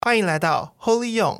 欢迎来到 Holy 用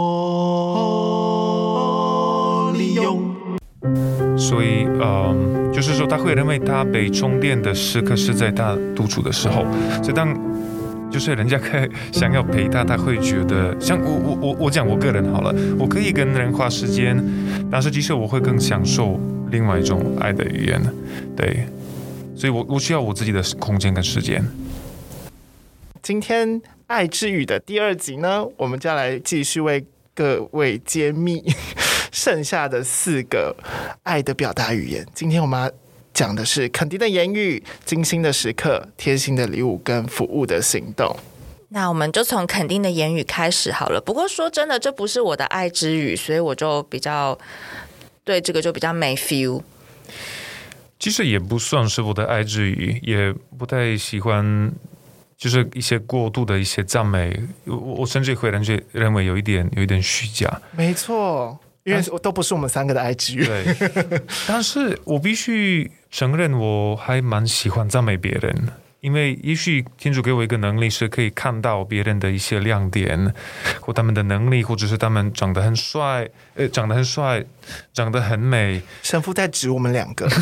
Holy 用。 所以，就是说，他会认为他被充电的时刻是在他独处的时候。所以当就是人家想要陪他，他会觉得，像我讲我个人好了，我可以跟人花时间，但是其实我会更享受另外一种爱的语言，对。所以我需要我自己的空间跟时间。 今天爱之语的第2集呢，我们就要来继续为各位揭秘剩下的4个爱的表达语言。今天我们要讲的是肯定的言语、精心的时刻、贴心的礼物跟服务的行动。 那我们就从肯定的言语开始好了。不过说真的，这不是我的爱之语，所以我就比较对这个就比较没 feel。 其实也不算是我的爱之语，也不太喜欢。就是一些过度的一些赞美，我甚至会认为有一点虚假。 没错，因为都不是我们3个的爱之语。 对，但是我必须承认，我还蛮喜欢赞美别人，因为也许天主给我一个能力，是可以看到别人的一些亮点，或他们的能力，或者是他们长得很帅，长得很美。 神父在指我们2个。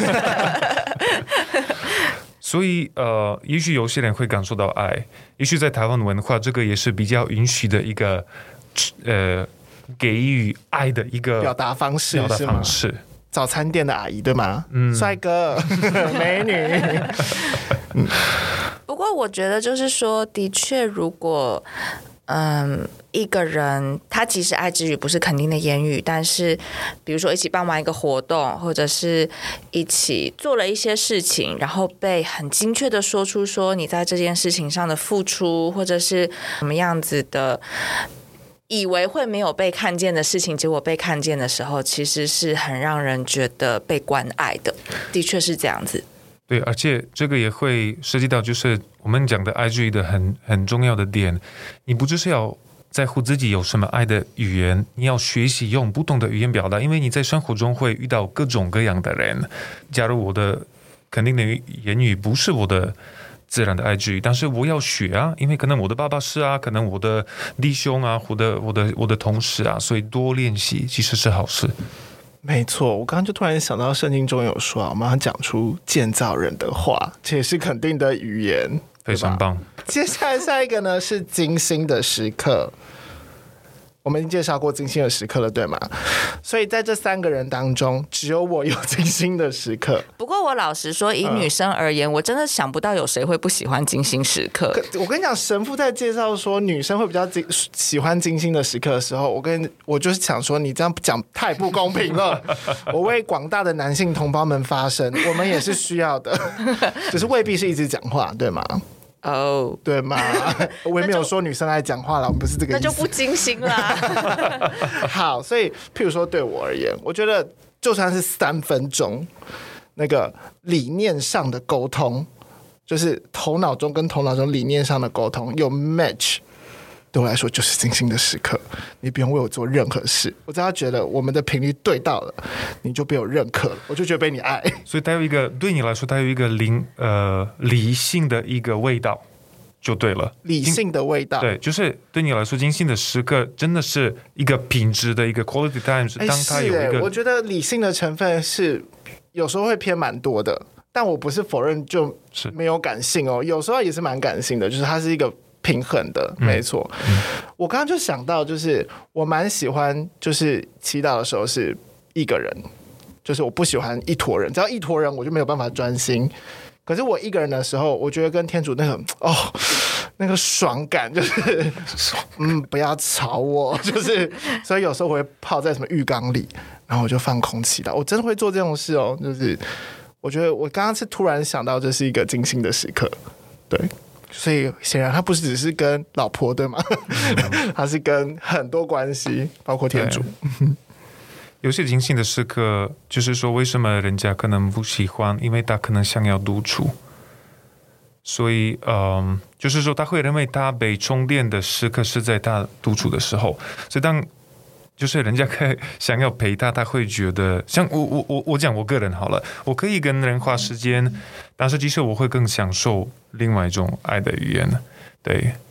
所以也许有些人会感受到爱，也许在台湾文化，这个也是比较允许的一个给予爱的一个表达方式。早餐店的阿姨对吗？帅哥、美女。 不过我觉得就是说，的确，如果一个人他其实爱之语不是肯定的言语，但是比如说一起办完一个活动，或者是一起做了一些事情，然后被很精确的说出说你在这件事情上的付出，或者是什么样子的以为会没有被看见的事情，结果被看见的时候，其实是很让人觉得被关爱的。的确是这样子。 对，而且这个也会涉及到就是我们讲的爱之语的很重要的点，你不只是要在乎自己有什么爱的语言，你要学习用不同的语言表达，因为你在生活中会遇到各种各样的人。假如我的肯定的言语不是我的自然的爱之语，但是我要学啊，因为可能我的爸爸是啊，可能我的弟兄啊，我的同事啊，所以多练习其实是好事。 没错，我刚刚就突然想到圣经中有说，我们要讲出建造人的话，这也是肯定的语言， 非常棒。 接下来下一个呢是精心的时刻。我们已经介绍过精心的时刻了，对吗？所以在这3个人当中，只有我有精心的时刻。 不过我老实说，以女生而言，我真的想不到有谁会不喜欢精心时刻。 我跟你讲，神父在介绍说女生会比较喜欢精心的时刻的时候，我就是想说，你这样讲太不公平了。我为广大的男性同胞们发声，我们也是需要的，只是未必是一直讲话，对吗？对吗？我也没有说女生爱讲话了，我们不是这个意思， 那就不精心啦。 好，所以譬如说对我而言，我觉得就算是3分钟，那个理念上的沟通，就是头脑中跟头脑中理念上的沟通有 match， 对我来说就是精心的时刻。你不用为我做任何事，我只要觉得我们的频率对到了，你就被我认可了，我就觉得被你爱。 所以它有一个对你来说，它有一个理性的一个味道，就对了。 理性的味道， 对，就是对你来说，精心的时刻真的是一个品质的一个 quality time。当它有一个， 我觉得理性的成分是有时候会偏蛮多的，但我不是否认就没有感性哦，有时候也是蛮感性的，就是它是一个平衡的，没错。我刚刚就想到，就是我蛮喜欢，就是祈祷的时候是一个人，就是我不喜欢一坨人，只要一坨人我就没有办法专心。可是我一个人的时候，我觉得跟天主那个爽感就是不要吵我，就是所以有时候我会泡在什么浴缸里，然后我就放空祈祷，我真的会做这种事哦。就是我觉得我刚刚是突然想到这是一个精心的时刻，对。所以显然他不是只是跟老婆对吗？他是跟很多关系，包括天主。 有些精心的时刻，就是说为什么人家可能不喜欢，因为他可能想要独处，所以就是说他会认为他被充电的时刻是在他独处的时候，所以当就是人家想要陪他，他会觉得像我讲我个人好了，我可以跟人花时间，但是其实我会更享受另外一种爱的语言，对。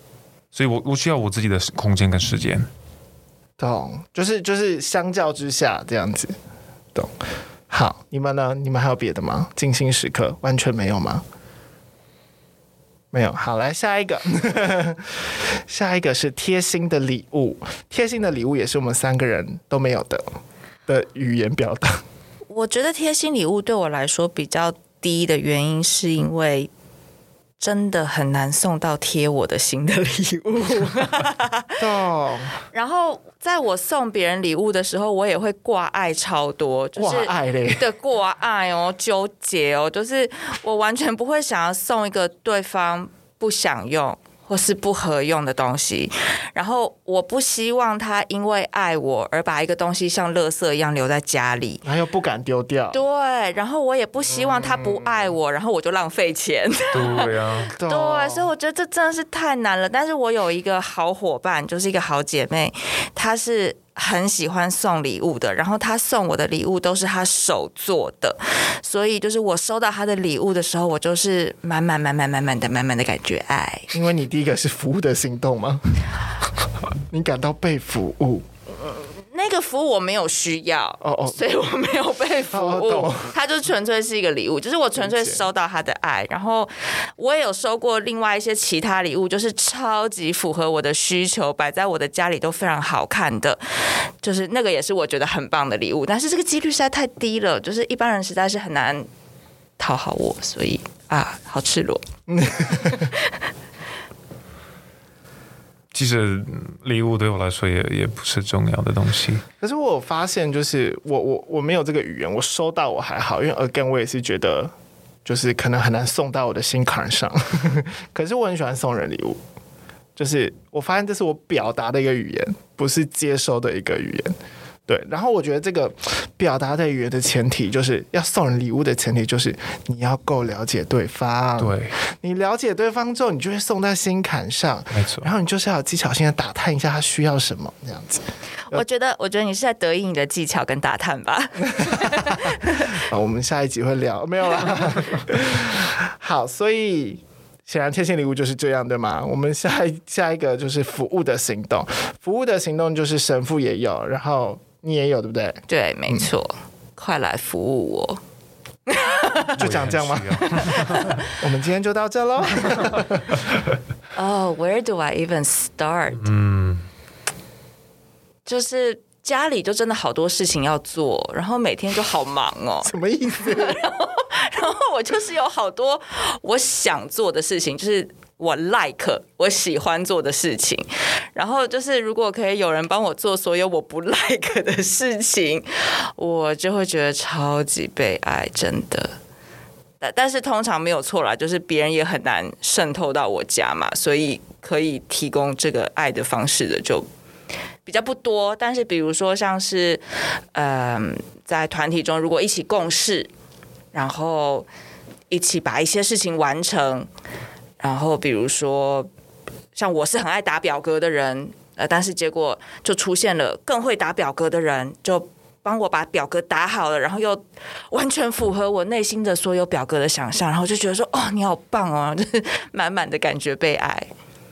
所以我需要我自己的空间跟时间。 懂，就是相较之下这样子，懂。好，你们呢？你们还有别的吗？精心时刻完全没有吗？没有。好，来下一个，下一个是贴心的礼物。贴心的礼物也是我们3个人都没有的语言表达。 我觉得贴心礼物对我来说比较低的原因，是因为真的很难送到贴我的心的礼物。 懂。 然后在我送别人礼物的时候，我也会挂碍超多，就是挂碍嘞， 的挂碍哦，纠结哦，就是我完全不会想要送一个对方不想用或是不合用的东西，然后我不希望他因为爱我而把一个东西像垃圾一样留在家里， 然后又不敢丢掉。 对，然后我也不希望他不爱我，然后我就浪费钱。 对啊， 对，所以我觉得这真的是太难了。但是我有一个好伙伴，就是一个好姐妹，她是很喜欢送礼物的，然后她送我的礼物都是她手做的，所以就是我收到她的礼物的时候，我就是满满的感觉爱。 因为你第一个是服务的行动吗？你感到被服务。 那个服务我没有需要，所以我没有被服务，它就纯粹是一个礼物，就是我纯粹收到他的爱。然后我也有收过另外一些其他礼物，就是超级符合我的需求，摆在我的家里都非常好看的，就是那个也是我觉得很棒的礼物，但是这个几率实在太低了，就是一般人实在是很难讨好我，所以好赤裸。 其实礼物对我来说也不是重要的东西。 可是我有发现，就是我没有这个语言，我收到我还好，因为 again 我也是觉得，就是可能很难送到我的心坎上。可是我很喜欢送人礼物，就是我发现这是我表达的一个语言，不是接收的一个语言。对，然后我觉得这个表达的语言的前提，就是要送人礼物的前提，就是你要够了解对方。 对， 你了解对方之后，你就会送在心坎上。 没错。 然后你就是要有技巧性的打探一下他需要什么，这样子。 我觉得你是在得意你的技巧跟打探吧。 我们下一集会聊，没有啦。好，所以显然贴心礼物就是这样，对吗？我们下一个就是服务的行动。服务的行动就是神父也有，然后你也有，对不对？ 对，没错。快来服务我。 就讲这样吗？我们今天就到这喽。 Where do I even start？ 就是家里就真的好多事情要做，然后每天就好忙哦。 什么意思？ 然后我就是有好多我想做的事情，就是我喜欢做的事情，然后就是如果可以有人帮我做所有我不 like 的事情，我就会觉得超级被爱，真的。但是通常没有错啦，就是别人也很难渗透到我家嘛，所以可以提供这个爱的方式的就比较不多。但是比如说像是在团体中如果一起共事，然后一起把一些事情完成，然后比如说像我是很爱打表格的人，但是结果就出现了更会打表格的人，就帮我把表格打好了，然后又完全符合我内心的所有表格的想象，然后就觉得说你好棒哦，就是满满的感觉被爱。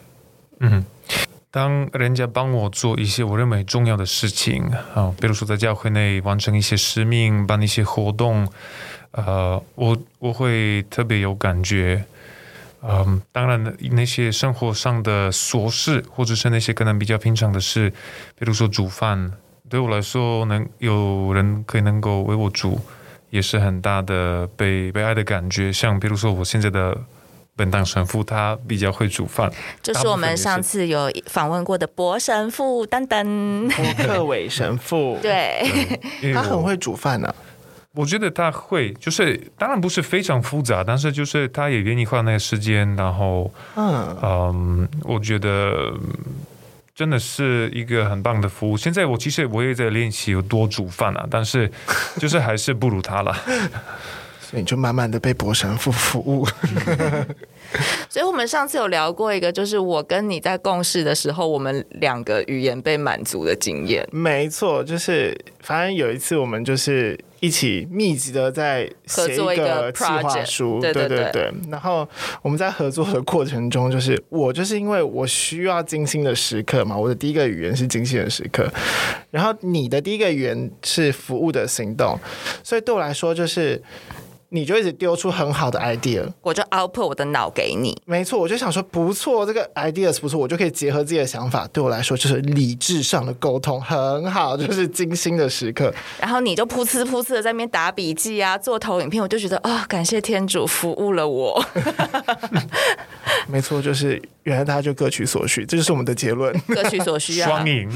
当人家帮我做一些我认为重要的事情比如说在教会内完成一些使命，办一些活动，我会特别有感觉。当然那些生活上的琐事，或者是那些可能比较平常的事，比如说煮饭，对我来说有人能够为我煮，也是很大的被爱的感觉。像比如说我现在的本当神父，他比较会煮饭， 就是我们上次有访问过的博神父等等， 博克伟神父。 对， 他很会煮饭呢。 我觉得他会，就是当然不是非常复杂，但是就是他也愿意花那个时间，然后我觉得真的是一个很棒的服务。现在其实我也在练习有多煮饭但是就是还是不如他了。 所以你就慢慢的被博神父服务。 所以我们上次有聊过一个，就是我跟你在共事的时候，我们2个语言被满足的经验。 没错，就是反正有一次我们就是一起密集的在写一个计划书，对对对。然后我们在合作的过程中，就是因为我需要精心的时刻嘛，我的第一个语言是精心的时刻，然后你的第一个语言是服务的行动，所以对我来说就是你就一直丢出很好的 idea， 我就 output 我的脑给你。 没错，我就想说不错，这个 idea 不错，我就可以结合自己的想法，对我来说就是理智上的沟通很好，就是精心的时刻。 然后你就噗呲噗呲的在那边打笔记啊，做投影片，我就觉得感谢天主服务了我。 没错，就是原来大家就各取所需，这就是我们的结论。 各取所需啊， 双赢。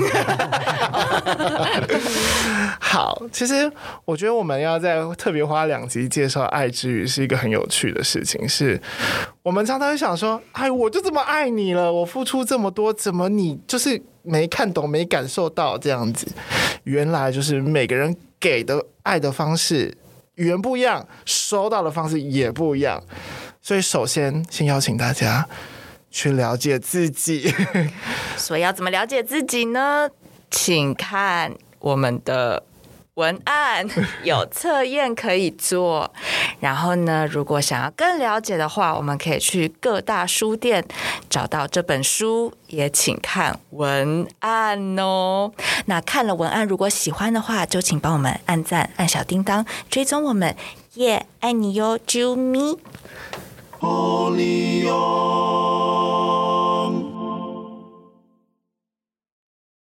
好，其实我觉得我们要再特别花2集介绍爱之语是一个很有趣的事情，是我们常常会想说，我就这么爱你了，我付出这么多，怎么你就是没看懂、没感受到这样子？原来就是每个人给的爱的方式语言不一样，收到的方式也不一样。所以首先邀请大家去了解自己。 所以要怎么了解自己呢？请看我们的文案，有测验可以做。然后呢，如果想要更了解的话，我们可以去各大书店找到这本书，也请看文案哦。那看了文案，如果喜欢的话，就请帮我们按赞、按小叮当、追踪我们，耶，爱你哟，啾咪。 Holy